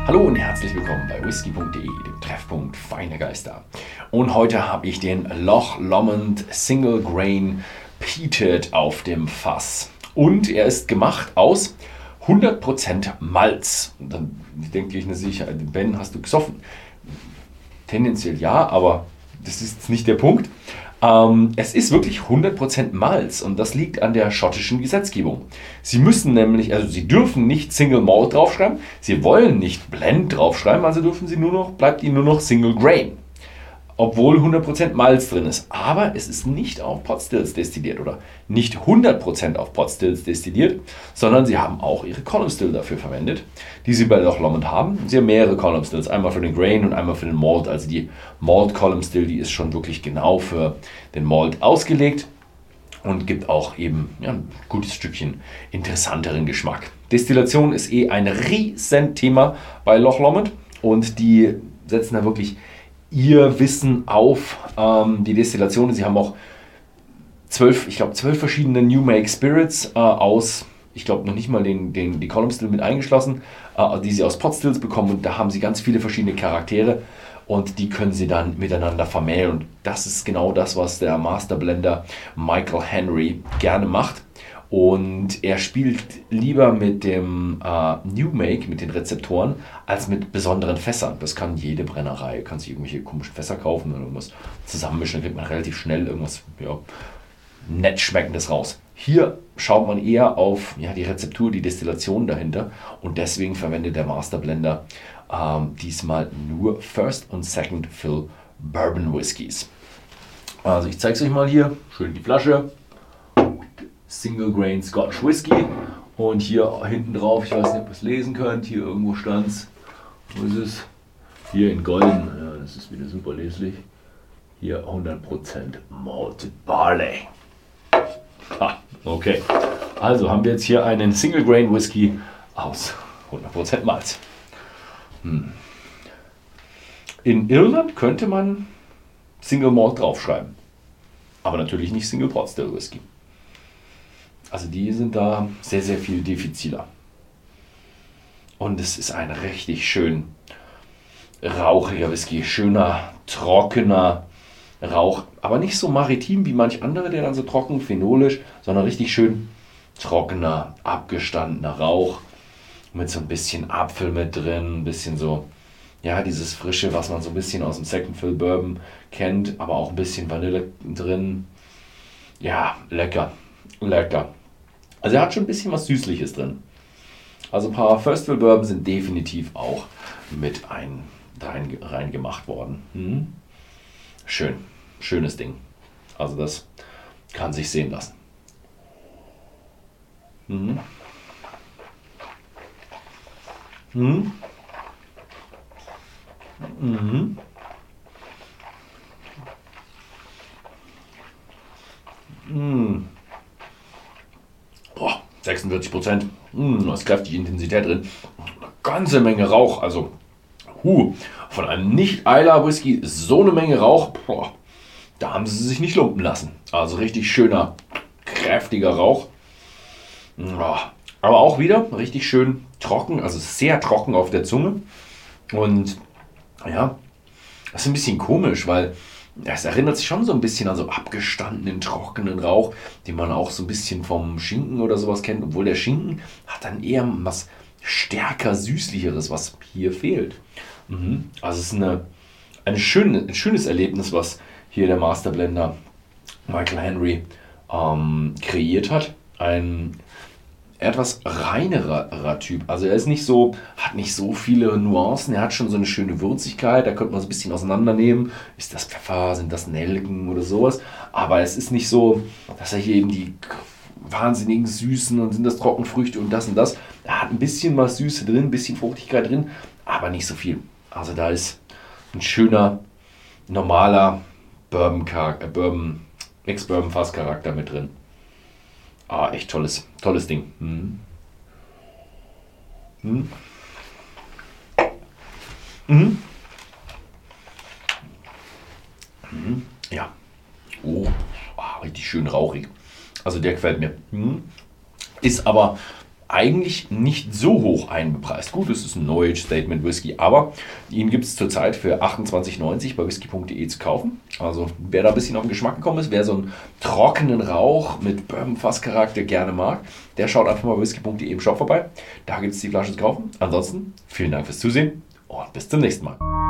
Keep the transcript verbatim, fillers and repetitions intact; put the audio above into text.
Hallo und herzlich willkommen bei whisky punkt de, dem Treffpunkt feiner Geister. Und heute habe ich den Loch Lomond Single Grain Peated auf dem Fass. Und er ist gemacht aus hundert Prozent Malz. Und dann denke ich natürlich, Ben, hast du gesoffen? Tendenziell ja, aber das ist jetzt nicht der Punkt. Ähm, es ist wirklich hundert Prozent Malz und das liegt an der schottischen Gesetzgebung. Sie müssen nämlich, also sie dürfen nicht Single Malt draufschreiben, sie wollen nicht Blend draufschreiben, also dürfen sie nur noch, bleibt ihnen nur noch Single Grain. Obwohl hundert Prozent Malz drin ist. Aber es ist nicht auf Pot Stills destilliert oder nicht hundert Prozent auf Pot Stills destilliert, sondern sie haben auch ihre Column Still dafür verwendet, die sie bei Loch Lomond haben. Sie haben mehrere Column Stills, einmal für den Grain und einmal für den Malt. Also die Malt Column Still, die ist schon wirklich genau für den Malt ausgelegt und gibt auch eben ja, ein gutes Stückchen interessanteren Geschmack. Destillation ist eh ein Riesenthema bei Loch Lomond und die setzen da wirklich ihr Wissen auf ähm, die Destillation. Sie haben auch zwölf, ich glaube, zwölf verschiedene New Make Spirits äh, aus, ich glaube, noch nicht mal den, den, die Column Still mit eingeschlossen, äh, die sie aus Pot Stills bekommen. Und da haben sie ganz viele verschiedene Charaktere und die können sie dann miteinander vermählen. Und das ist genau das, was der Master Blender Michael Henry gerne macht. Und er spielt lieber mit dem äh, New Make, mit den Rezeptoren, als mit besonderen Fässern. Das kann jede Brennerei, kann sich irgendwelche komischen Fässer kaufen und irgendwas zusammenmischen, dann kriegt man relativ schnell irgendwas ja, nett Schmeckendes raus. Hier schaut man eher auf ja, die Rezeptur, die Destillation dahinter und deswegen verwendet der Master Blender ähm, diesmal nur First und Second Fill Bourbon Whiskys. Also ich zeige es euch mal hier, schön die Flasche. Single Grain Scotch Whisky und hier hinten drauf, ich weiß nicht, ob ihr es lesen könnt, hier irgendwo stand es, wo ist es? Hier in golden, ja, das ist wieder super leslich, hier hundert Prozent Malted Barley. Ah, okay, also haben wir jetzt hier einen Single Grain Whisky aus hundert Prozent Malz. Hm. In Irland könnte man Single Malt draufschreiben, aber natürlich nicht Single Pot Still Whisky. Also die sind da sehr, sehr viel diffiziler. Und es ist ein richtig schön rauchiger Whisky. Schöner, trockener Rauch. Aber nicht so maritim wie manch andere, der dann so trocken, phenolisch, sondern richtig schön trockener, abgestandener Rauch. Mit so ein bisschen Apfel mit drin. Ein bisschen so, ja, dieses Frische, was man so ein bisschen aus dem Second Fill Bourbon kennt. Aber auch ein bisschen Vanille drin. Ja, lecker. Lecker. Also er hat schon ein bisschen was Süßliches drin. Also ein paar First Fill Bourbon sind definitiv auch mit ein, rein, rein gemacht worden. Hm. Schön. Schönes Ding. Also das kann sich sehen lassen. Hm. Hm. Mhm. Mhm. Boah, sechsundvierzig Prozent. Mm, da ist kräftige Intensität drin. Eine ganze Menge Rauch. Also, huh, von einem Nicht-Islay-Whisky so eine Menge Rauch. Boah, da haben sie sich nicht lumpen lassen. Also richtig schöner, kräftiger Rauch. Boah, aber auch wieder richtig schön trocken. Also sehr trocken auf der Zunge. Und ja, das ist ein bisschen komisch, weil es erinnert sich schon so ein bisschen an so abgestandenen, trockenen Rauch, den man auch so ein bisschen vom Schinken oder sowas kennt. Obwohl der Schinken hat dann eher was stärker Süßlicheres, was hier fehlt. Mhm. Also es ist eine, eine schöne, ein schönes Erlebnis, was hier der Master Blender Michael Henry ähm, kreiert hat. Ein etwas reinerer Typ. Also er ist nicht so, hat nicht so viele Nuancen, er hat schon so eine schöne Würzigkeit, da könnte man so ein bisschen auseinandernehmen. Ist das Pfeffer, sind das Nelken oder sowas? Aber es ist nicht so, dass er hier eben die wahnsinnigen Süßen und sind das Trockenfrüchte und das und das. Er hat ein bisschen was Süße drin, ein bisschen Fruchtigkeit drin, aber nicht so viel. Also da ist ein schöner, normaler Bourbon, äh, Bourbon Ex-Bourbon-Fass-Charakter mit drin. Ah, echt tolles, tolles Ding. Mhm. Mhm. Mhm. Mhm. Ja. Oh, ah, richtig schön rauchig. Also der gefällt mir. Mhm. Ist aber eigentlich nicht so hoch einbepreist. Gut, es ist ein No Age Statement Whisky, aber ihn gibt es zurzeit für achtundzwanzig neunzig bei whisky punkt de zu kaufen. Also wer da ein bisschen auf den Geschmack gekommen ist, wer so einen trockenen Rauch mit Bourbon-Fass-Charakter gerne mag, der schaut einfach mal bei whisky punkt de im Shop vorbei. Da gibt es die Flasche zu kaufen. Ansonsten vielen Dank fürs Zusehen und bis zum nächsten Mal.